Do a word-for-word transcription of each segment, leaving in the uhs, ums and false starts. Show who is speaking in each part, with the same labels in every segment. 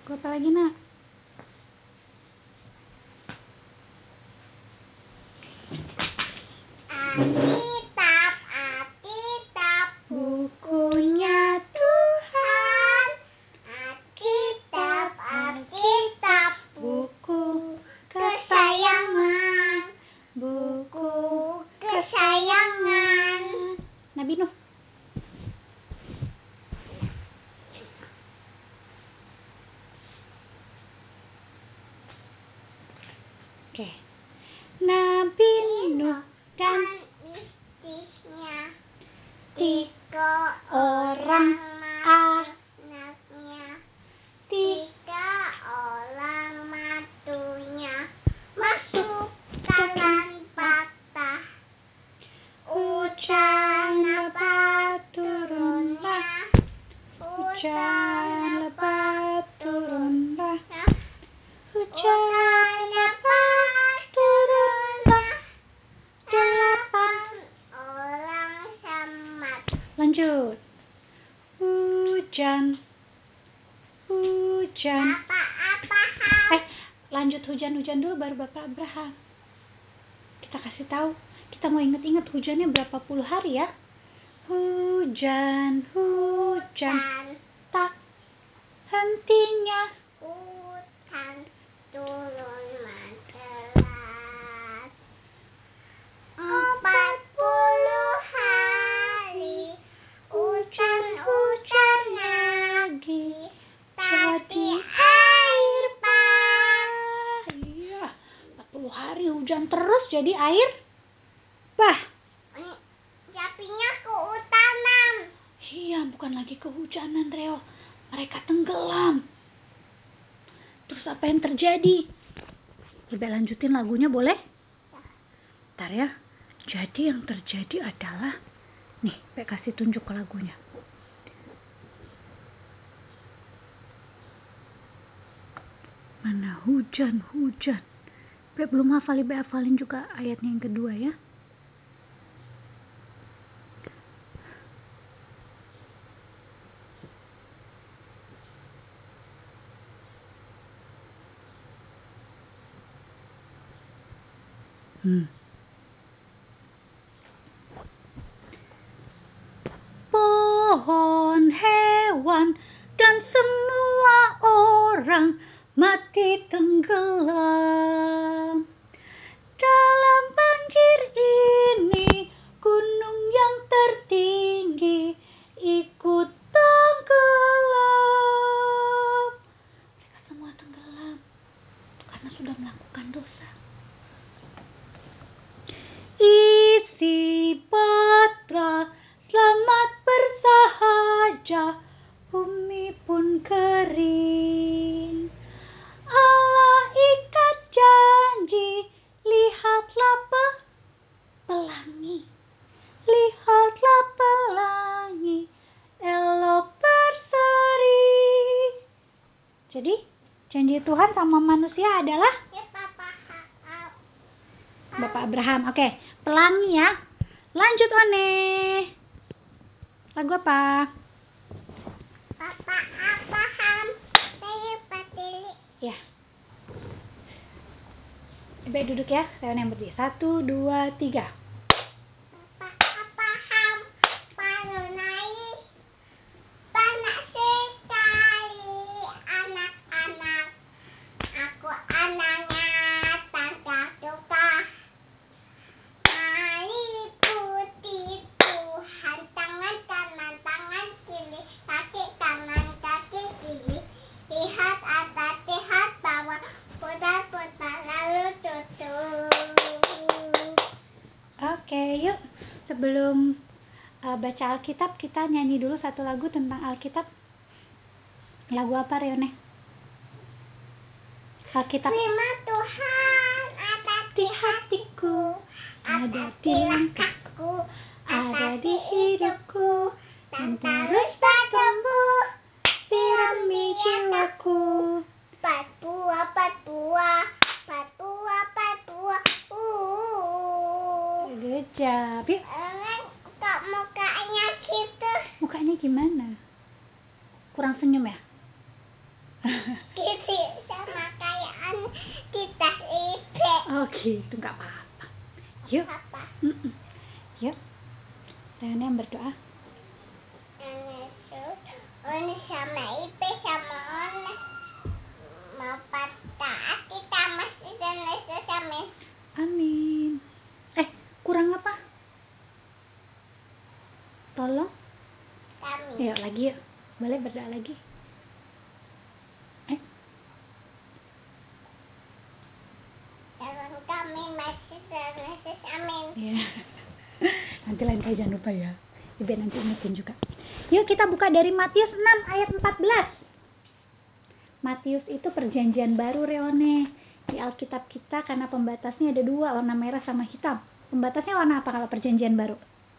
Speaker 1: Gue apa lagi nak?
Speaker 2: Alkitab, Alkitab,
Speaker 1: Bukunya Tuhan.
Speaker 2: Alkitab, Alkitab,
Speaker 1: Buku
Speaker 2: kesayangan,
Speaker 1: Buku
Speaker 2: kesayangan.
Speaker 1: Nabi Nuh. Oke. Nabi Nuh dan
Speaker 2: istrinya,
Speaker 1: tiga
Speaker 2: tiga
Speaker 1: orang
Speaker 2: anaknya,
Speaker 1: tiga
Speaker 2: tiga orang matunya masuk dalam patah.
Speaker 1: hujan lebat turunlah, hujan lebat turunlah, hujan lebat turunlah, delapan
Speaker 2: orang selamat.
Speaker 1: lanjut. Hujan, hujan.
Speaker 2: Apa-apa
Speaker 1: Eh, lanjut hujan-hujan dulu baru Bapak Abraham. Kita kasih tahu. Kita mau inget-inget hujannya berapa puluh hari ya. Hujan, hujan,
Speaker 2: hujan,
Speaker 1: tak hentinya.
Speaker 2: hujan turun menderas. Empat puluh hari hujan-hujan lagi, tapi air bah.
Speaker 1: Iya, empat puluh hari hujan terus jadi air bah.
Speaker 2: Sapinya kehutanan.
Speaker 1: Iya, bukan lagi kehujanan, Reo. Mereka tenggelam. Terus apa yang terjadi? Ibu lanjutin lagunya boleh? Ntar ya. Jadi yang terjadi adalah, nih, Ibu kasih tunjuk ke lagunya. Mana hujan, hujan. Ibu belum hafal, Ibu hafalin juga ayatnya yang kedua ya. Hmm. Pohon, hewan, dan semua orang mati tenggelam. Dalam banjir ini, gunung yang tertinggi ikut tenggelam. Mereka semua tenggelam karena sudah melakukan dosa. Isi patra, selamat bersahaja, bumi pun kering. Allah ikat janji, lihatlah pe- pelangi, lihatlah pelangi, elok berseri. Jadi janji Tuhan sama manusia adalah
Speaker 2: Ya, Papa.
Speaker 1: Bapak Abraham. Oke, pelangi ya. Lanjut One. Lagu apa?
Speaker 2: Papa Abraham, saya patili.
Speaker 1: Ya. Ibu duduk ya. Saya yang berdiri. Satu, dua, tiga.
Speaker 2: Papa Abraham, panunai, banyak sekali anak-anak. Aku anaknya tanda suka. Mari putih Tuhan, tangan kanan, tangan kiri, kaki tangan, kaki kiri. Lihat atas, lihat bawah, putar-putar lalu tutup.
Speaker 1: Oke, yuk. Sebelum uh, baca Alkitab, kita nyanyi dulu satu lagu tentang Alkitab. Lagu apa, Rione? Alkitab.
Speaker 2: Firman Tuhan ada di hatiku, ada di langkahku, ada di hidupku, dan terus bertumbuh sirami jiwaku. Papua, Papua, Papua, Papua. Uh,
Speaker 1: Good job. Yuk,
Speaker 2: kok mukanya gitu?
Speaker 1: mukanya gimana? Kurang senyum ya?
Speaker 2: Kiki sama kayaan di tas Ibe.
Speaker 1: Oh gitu, nggak apa-apa. Yuk,
Speaker 2: Apa?
Speaker 1: mm-mm. Yuk. Reone yang berdoa.
Speaker 2: Ini tuh, ini sama Ibe sama One. Mau patah kita masih dan itu sama
Speaker 1: Amin. Eh, kurang apa? Tolong.
Speaker 2: kami.
Speaker 1: Yuk lagi yuk. Boleh berdoa lagi. Eh,
Speaker 2: Dalam kami masih dan itu amin.
Speaker 1: ya. Nanti lain kali jangan lupa ya. Ibu nanti ingetin juga. Yuk kita buka dari Matius enam ayat empat belas. Matius itu perjanjian baru Reone. Di Alkitab kita karena pembatasnya ada dua, warna merah sama hitam. Pembatasnya warna apa kalau perjanjian baru?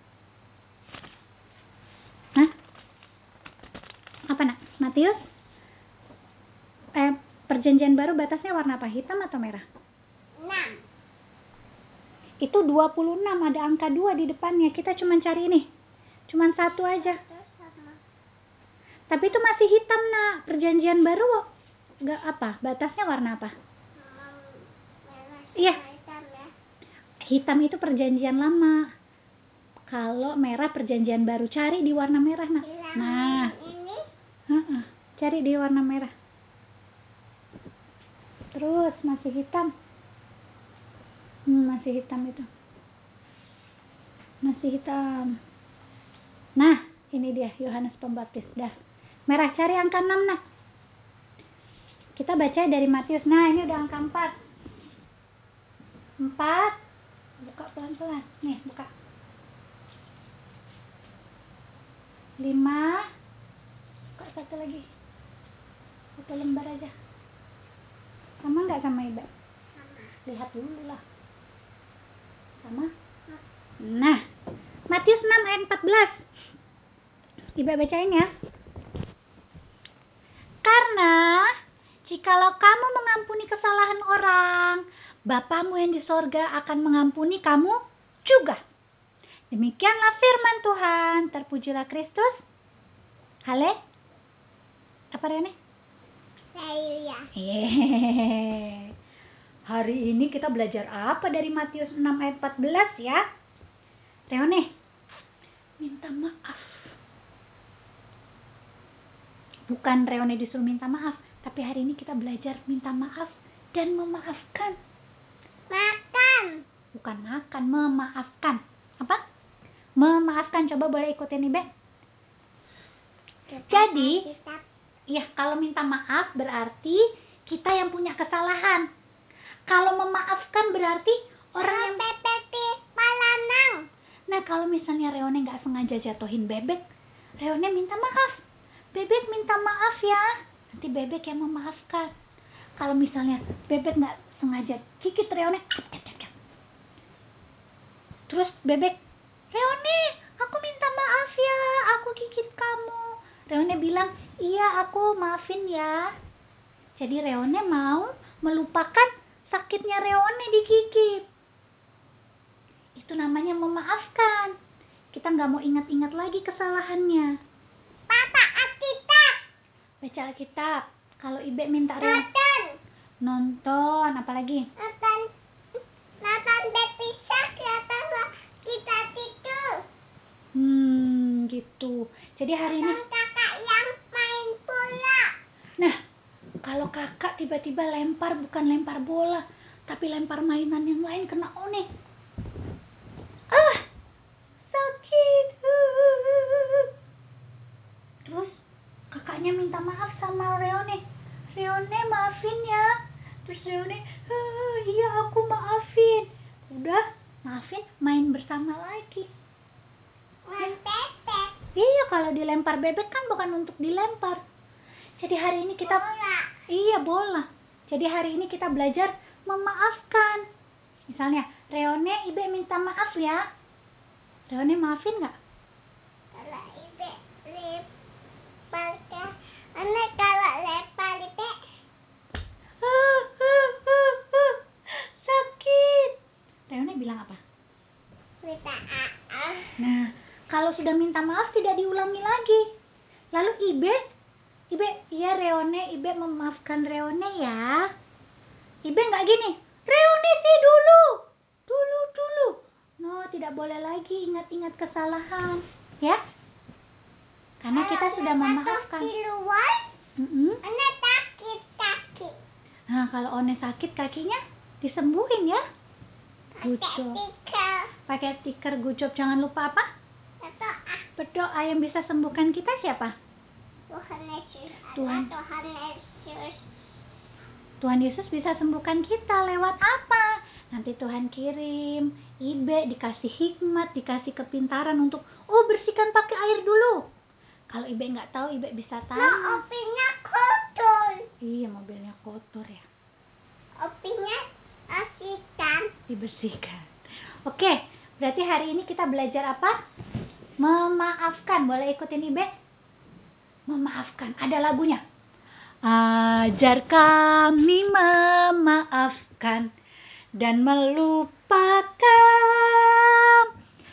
Speaker 1: Hah? Apa nak? Matius? Eh, perjanjian baru batasnya warna apa? Hitam atau merah?
Speaker 2: Enam.
Speaker 1: Itu dua puluh enam, ada angka dua di depannya. Kita cuma cari ini. Cuman satu aja.
Speaker 2: Terus sama
Speaker 1: Tapi itu masih hitam nak. Perjanjian baru gak apa? Batasnya warna apa?
Speaker 2: hmm, merah sama
Speaker 1: Iya.
Speaker 2: hitam ya.
Speaker 1: Hitam itu perjanjian lama. Kalau merah perjanjian baru. Cari di warna merah nak.
Speaker 2: Hilang
Speaker 1: Nah,
Speaker 2: ini
Speaker 1: uh-uh. Cari di warna merah. Terus masih hitam. Hmm, masih hitam itu. Masih hitam. Nah, ini dia Yohanes Pembaptis. Dah. Merah, cari angka enam nak. Kita baca dari Matius. Nah, ini udah angka empat. empat. Buka pelan-pelan. Nih, buka. lima. Buka satu lagi. Satu lembar aja. Sama nggak sama Iba?
Speaker 2: sama.
Speaker 1: Lihat dulu lah. Sama? Nah, Matius enam ayat empat belas. Iba bacain ya. Karena jikalau kamu mengampuni kesalahan orang, Bapamu yang di sorga akan mengampuni kamu juga. Demikianlah firman Tuhan. Terpujilah Kristus. Hale? Apa Rene?
Speaker 2: Saya
Speaker 1: Yeay. Hari ini kita belajar apa dari Matius enam ayat empat belas ya? Reone, minta maaf. Bukan Reone disuruh minta maaf, tapi hari ini kita belajar minta maaf dan memaafkan.
Speaker 2: makan.
Speaker 1: Bukan makan, memaafkan. Apa? Memaafkan. Coba boleh ikutin Ibe. Jadi,
Speaker 2: Kita
Speaker 1: ya kalau minta maaf berarti kita yang punya kesalahan. Kalau memaafkan berarti orang yang...
Speaker 2: pepeti palanang.
Speaker 1: Nah kalau misalnya Reone nggak sengaja jatuhin Bebek, Reone minta maaf. Bebek minta maaf ya. Nanti Bebek yang memaafkan. Kalau misalnya Bebek nggak sengaja cicit Reone, terus Bebek, Reone, aku minta maaf ya, aku gigit kamu. Reone bilang, iya aku maafin ya. Jadi Reone mau melupakan sakitnya Reone digigit. Itu namanya memaafkan. Kita nggak mau ingat-ingat lagi kesalahannya.
Speaker 2: Papa Alkitab.
Speaker 1: Baca Alkitab. Kalau Ibe minta Reone
Speaker 2: Nonton.
Speaker 1: nonton, apalagi?
Speaker 2: Nonton. Nonton berpisah. Nonton kita tidur.
Speaker 1: Hmm, gitu. Jadi hari ini,
Speaker 2: Nonton kakak yang main bola.
Speaker 1: nah, kalau kakak tiba-tiba lempar, bukan lempar bola, tapi lempar mainan yang lain kena One. Ah, sakit. Terus kakaknya minta maaf sama Reone. Reone maafin ya. Terus Reone, "Ah, iya aku maafin." Udah, maafin, main bersama lagi.
Speaker 2: Main bebek.
Speaker 1: Iya, kalau dilempar bebek kan bukan untuk dilempar. Jadi hari ini kita
Speaker 2: Bola.
Speaker 1: Iya, bola. Jadi hari ini kita belajar memaafkan. Misalnya, Reone, Ibe minta maaf ya. Reone maafin nggak?
Speaker 2: Kalau ibe lempar ke, ane kalau lempar ibe
Speaker 1: Ah, ah, ah, ah, sakit. Reone bilang apa?
Speaker 2: minta maaf.
Speaker 1: Nah, kalau sudah minta maaf tidak diulangi lagi. Lalu Ibe Ibe, iya Reone, Ibe memaafkan Reone ya. Ibe nggak gini, Reone sih dulu, dulu dulu. No, tidak boleh lagi ingat-ingat kesalahan, ya. Karena kita sudah memaafkan.
Speaker 2: Di luar,
Speaker 1: Mm-mm.
Speaker 2: One sakit kaki.
Speaker 1: Nah, kalau One sakit kakinya disembuhin ya.
Speaker 2: Pakai
Speaker 1: Gucop.
Speaker 2: tikar.
Speaker 1: Pakai tikar Gucop. Jangan lupa apa?
Speaker 2: Berdoa.
Speaker 1: Berdoa. Yang bisa sembuhkan kita siapa?
Speaker 2: Tuhan Yesus.
Speaker 1: Tuhan.
Speaker 2: Tuhan Yesus.
Speaker 1: Tuhan Yesus bisa sembuhkan kita lewat apa? Nanti Tuhan kirim Ibe dikasih hikmat, dikasih kepintaran untuk oh bersihkan pakai air dulu. Kalau Ibe nggak tahu, Ibe bisa
Speaker 2: Nah,
Speaker 1: tanya.
Speaker 2: opinya kotor.
Speaker 1: Iya, mobilnya kotor ya.
Speaker 2: Opinya bersihkan.
Speaker 1: Dibersihkan. Oke, berarti hari ini kita belajar apa? Memaafkan. Boleh ikutin Ibe? Memaafkan. Ada lagunya. Ajar kami memaafkan dan melupakan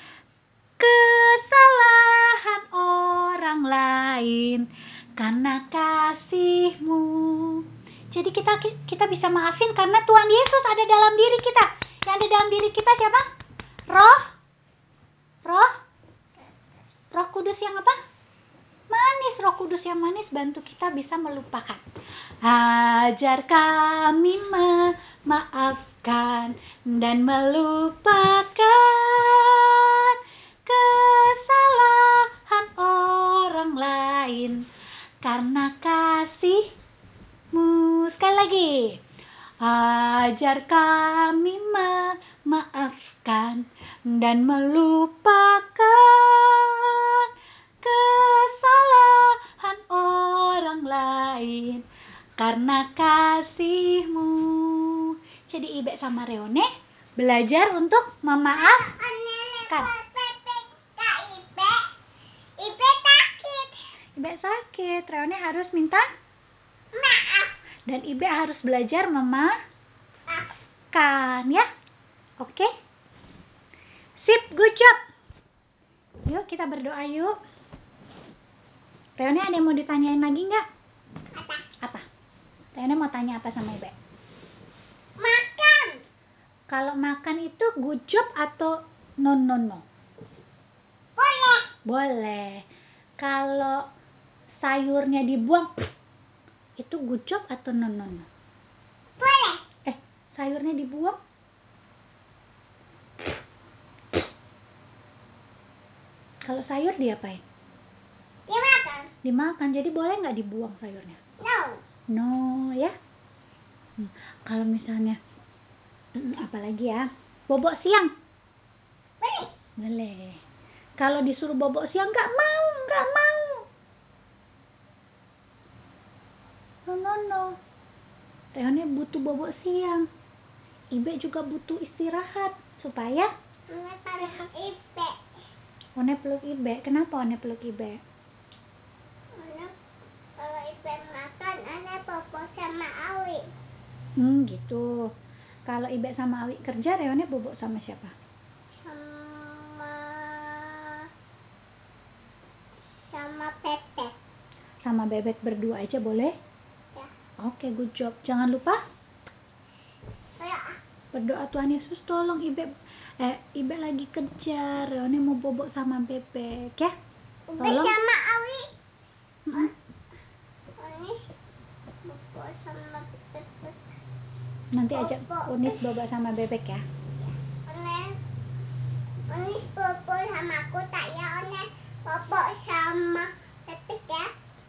Speaker 1: kesalahan orang lain karena kasih-Mu. Jadi kita kita bisa maafin karena Tuhan Yesus ada dalam diri kita. Yang ada dalam diri kita siapa? Roh? Roh? Roh Kudus yang apa? Manis. Roh Kudus yang manis bantu kita bisa melupakan. Ajar kami memaafkan dan melupakan kesalahan orang lain karena kasih-Mu. Sekali lagi. Ajar kami memaafkan dan melupakan kesalahan orang lain karena kasih-Mu. Jadi Ibe sama Reone belajar untuk memaafkan.
Speaker 2: Ibe. Ibe sakit.
Speaker 1: Ibe sakit, Reone harus minta
Speaker 2: Maaf.
Speaker 1: dan Ibe harus belajar memaafkan ya. Oke? Sip, good job. Yuk kita berdoa yuk. Reone ada yang mau ditanyain lagi nggak?
Speaker 2: Apa?
Speaker 1: Apa? Reone mau tanya apa sama Ibe?
Speaker 2: Makan.
Speaker 1: Kalau makan itu good job atau no no no?
Speaker 2: Boleh.
Speaker 1: Boleh. Kalau sayurnya dibuang itu good job atau no no no?
Speaker 2: Boleh.
Speaker 1: Eh, sayurnya dibuang? Kalau sayur diapain?
Speaker 2: Dimakan.
Speaker 1: Dimakan. Jadi boleh nggak dibuang sayurnya?
Speaker 2: No.
Speaker 1: No ya. Hmm, Kalau misalnya hmm, apalagi ya? Bobok siang.
Speaker 2: Boleh.
Speaker 1: Boleh. Kalau disuruh bobok siang nggak mau, nggak mau. No no no. Reone butuh bobok siang. Ibe juga butuh istirahat supaya
Speaker 2: One taruh Ibe.
Speaker 1: One peluk Ibe. Kenapa One peluk Ibe?
Speaker 2: One kalau Ibe makan, One bobo sama Awi.
Speaker 1: Hmm gitu. Kalau Ibe sama Awi kerja, Reone bobok sama siapa?
Speaker 2: Sama sama Bebek.
Speaker 1: Sama Bebek berdua aja boleh?
Speaker 2: Ya.
Speaker 1: Oke, good job. Jangan lupa
Speaker 2: Ya.
Speaker 1: berdoa Tuhan Yesus tolong Ibe eh Ibe lagi kerja. Reone mau bobok sama Bebek ya.
Speaker 2: Ibe
Speaker 1: Tolong.
Speaker 2: sama Awi.
Speaker 1: Mm-mm.
Speaker 2: Ini bobo sama Bebek.
Speaker 1: Nanti ajak
Speaker 2: Bobo.
Speaker 1: Unis bobok sama Bebek ya.
Speaker 2: One One bobo sama aku tak ya. One bobo sama Bebek ya.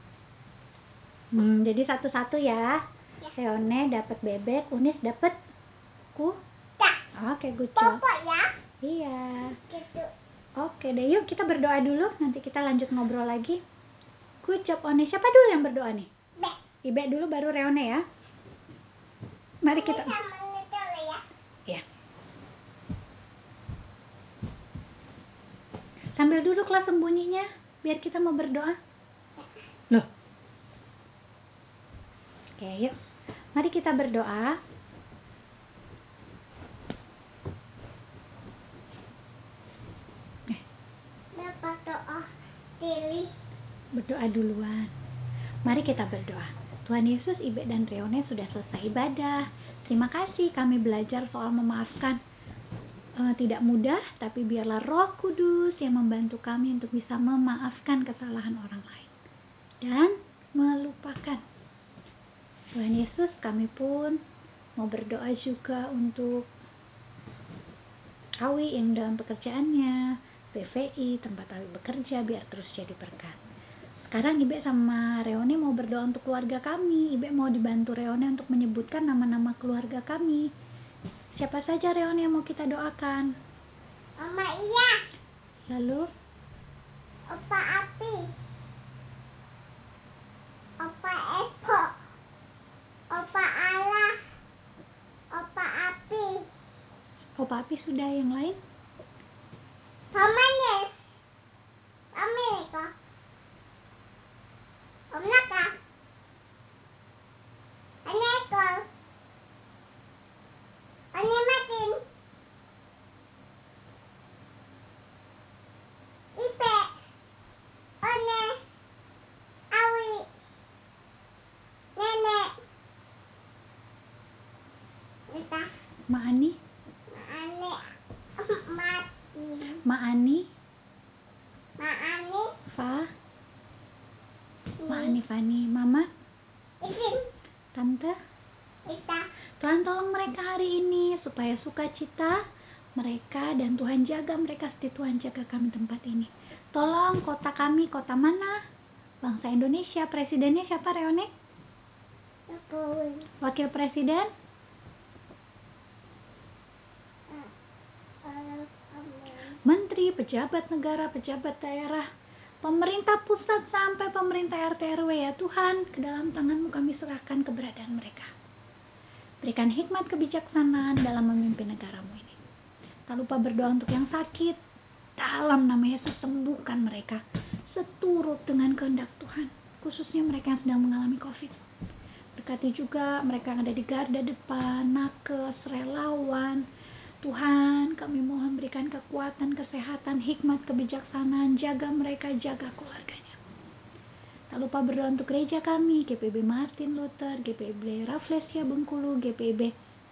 Speaker 1: Hmm, jadi satu-satu ya.
Speaker 2: Ya.
Speaker 1: Reone dapat Bebek, Unis dapat ku.
Speaker 2: Tak.
Speaker 1: Oke, good job.
Speaker 2: Bobo ya.
Speaker 1: Iya.
Speaker 2: Gitu.
Speaker 1: Oke deh, yuk kita berdoa dulu. Nanti kita lanjut ngobrol lagi. Good job, One. Siapa dulu yang berdoa nih?
Speaker 2: Be.
Speaker 1: Ibe dulu baru Reone ya. Mari kita.
Speaker 2: Ini sama ini dulu ya.
Speaker 1: Ya. Sambil duduklah sembunyinya biar kita mau berdoa. Loh. Oke, yuk. Mari kita berdoa.
Speaker 2: Dapat doa pilih.
Speaker 1: Berdoa duluan. Mari kita berdoa. Tuhan Yesus, Ibe dan Reone sudah selesai ibadah. Terima kasih kami belajar soal memaafkan. E, tidak mudah, tapi biarlah Roh Kudus yang membantu kami untuk bisa memaafkan kesalahan orang lain dan melupakan. Tuhan Yesus, kami pun mau berdoa juga untuk Awi yang dalam pekerjaannya, P V I, tempat Awi bekerja, biar terus jadi berkat. Sekarang Ibe sama Reone mau berdoa untuk keluarga kami. Ibe mau dibantu Reone untuk menyebutkan nama-nama keluarga kami. Siapa saja Reone yang mau kita doakan?
Speaker 2: Mama iya.
Speaker 1: Lalu?
Speaker 2: Opa Api. Opa Epo. Opa Ala. Opa Api.
Speaker 1: Opa Api sudah, yang lain?
Speaker 2: Pamanis. Amerika. Om Naka. Anekol. Ane Matin. Ipe. One. Awi. Nenek. Kita.
Speaker 1: Ma Ani?
Speaker 2: Ane. Mati.
Speaker 1: Ma Ani?
Speaker 2: Ma Ani.
Speaker 1: Fa? Ma Ani Fani? Mama?
Speaker 2: Isin.
Speaker 1: Tante?
Speaker 2: Kita.
Speaker 1: Tuhan tolong mereka hari ini supaya sukacita mereka, dan Tuhan jaga mereka seperti Tuhan jaga kami tempat ini. Tolong kota kami, kota mana? Bangsa Indonesia. Presidennya siapa, Reone?
Speaker 2: Jokowi.
Speaker 1: Wakil presiden? Menteri, pejabat negara, pejabat daerah, pemerintah pusat sampai pemerintah R T R W, ya Tuhan, ke dalam tangan-Mu kami serahkan keberadaan mereka. Berikan hikmat kebijaksanaan dalam memimpin negara-Mu ini. Tak lupa berdoa untuk yang sakit. Dalam nama Yesus, sembuhkan mereka seturut dengan kehendak Tuhan, khususnya mereka yang sedang mengalami COVID. Berkati juga mereka yang ada di garda depan, nakes, relawan. Tuhan, kami mohon berikan kekuatan, kesehatan, hikmat, kebijaksanaan, jaga mereka, jaga keluarganya. Tak lupa berdoa untuk gereja kami, G P I B Martin Luther, G P I B Rafflesia Bengkulu, G P I B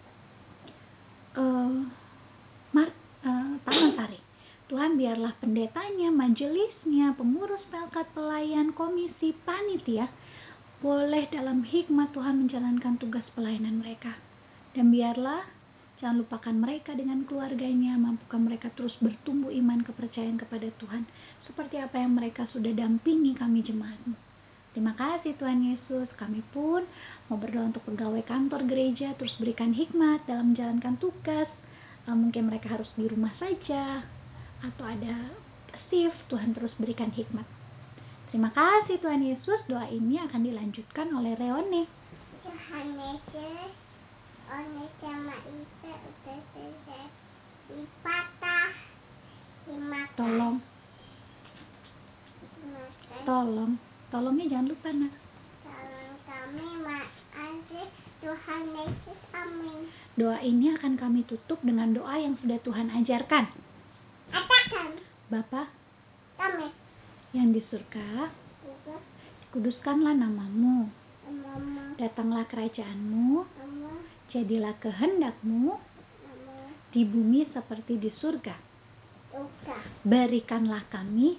Speaker 1: uh, Mar, uh, Taman Sari. Tuhan, biarlah pendetanya, majelisnya, pengurus pelkat, pelayan, komisi, panitia, boleh dalam hikmat Tuhan menjalankan tugas pelayanan mereka. Dan biarlah jangan lupakan mereka dengan keluarganya, mampukan mereka terus bertumbuh iman kepercayaan kepada Tuhan, seperti apa yang mereka sudah dampingi kami jemaat-Mu. Terima kasih Tuhan Yesus, kami pun mau berdoa untuk pegawai kantor gereja, terus berikan hikmat dalam menjalankan tugas. Mungkin mereka harus di rumah saja, atau ada shift, Tuhan terus berikan hikmat. Terima kasih Tuhan Yesus, doa ini akan dilanjutkan oleh Reone.
Speaker 2: Tuhan Yesus. One sama Ipe udah selesai dipatah. Terima kasih.
Speaker 1: Tolong,
Speaker 2: Terima kasih.
Speaker 1: tolong, tolongnya jangan lupa nak.
Speaker 2: Tolong kami Mak Andri. Tuhan Yesus, amin.
Speaker 1: Doa ini akan kami tutup dengan doa yang sudah Tuhan ajarkan.
Speaker 2: Katakan
Speaker 1: Bapa
Speaker 2: kami
Speaker 1: yang di surga,
Speaker 2: juga
Speaker 1: dikuduskanlah namamu,
Speaker 2: mama
Speaker 1: datanglah kerajaan-Mu,
Speaker 2: mama
Speaker 1: jadilah kehendak-Mu
Speaker 2: mama
Speaker 1: di bumi seperti di surga.
Speaker 2: juga
Speaker 1: Berikanlah kami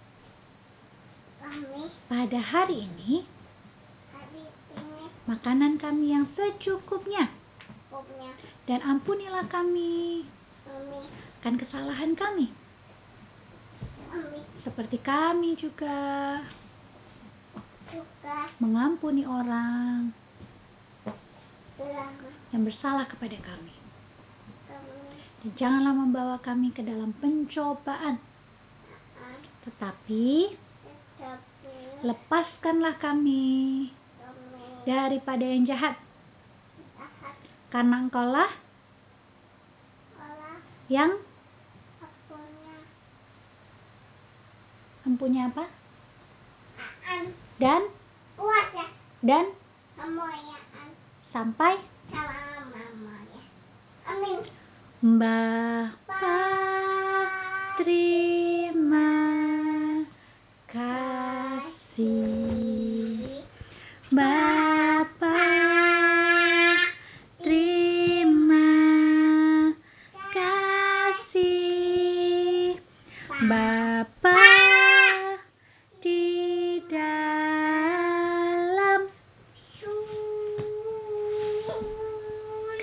Speaker 2: kami
Speaker 1: pada hari ini
Speaker 2: hari ini
Speaker 1: makanan kami yang secukupnya,
Speaker 2: punya
Speaker 1: dan ampunilah kami
Speaker 2: kami
Speaker 1: akan kesalahan kami,
Speaker 2: kami
Speaker 1: seperti kami juga
Speaker 2: juga
Speaker 1: mengampuni orang
Speaker 2: telah
Speaker 1: yang bersalah kepada kami.
Speaker 2: kami
Speaker 1: Dan janganlah membawa kami ke dalam pencobaan, tetapi
Speaker 2: tetapi
Speaker 1: lepaskanlah kami
Speaker 2: kami
Speaker 1: daripada yang jahat,
Speaker 2: tahan
Speaker 1: karena Engkaulah
Speaker 2: olah
Speaker 1: yang
Speaker 2: punya
Speaker 1: mempunyai apa?
Speaker 2: an
Speaker 1: Dan
Speaker 2: kuasa
Speaker 1: dan
Speaker 2: kemuliaan
Speaker 1: sampai
Speaker 2: sama mama ya. Amin.
Speaker 1: Bapa, terima kasih.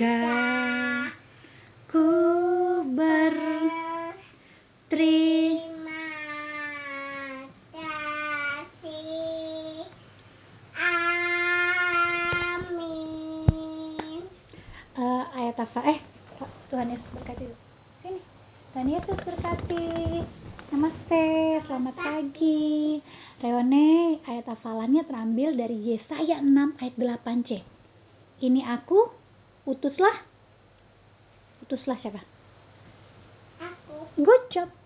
Speaker 1: ku berterima
Speaker 2: Terima kasih. Amin.
Speaker 1: uh, ayat hafal eh Tuhan Yesus berkati dulu. Sini, Tuhan Yesus berkati. Namaste, selamat pagi. Reone, ayat hafalannya terambil dari Yesaya enam ayat delapan C. Ini aku, utuslah. Utuslah siapa?
Speaker 2: Aku.
Speaker 1: Good job.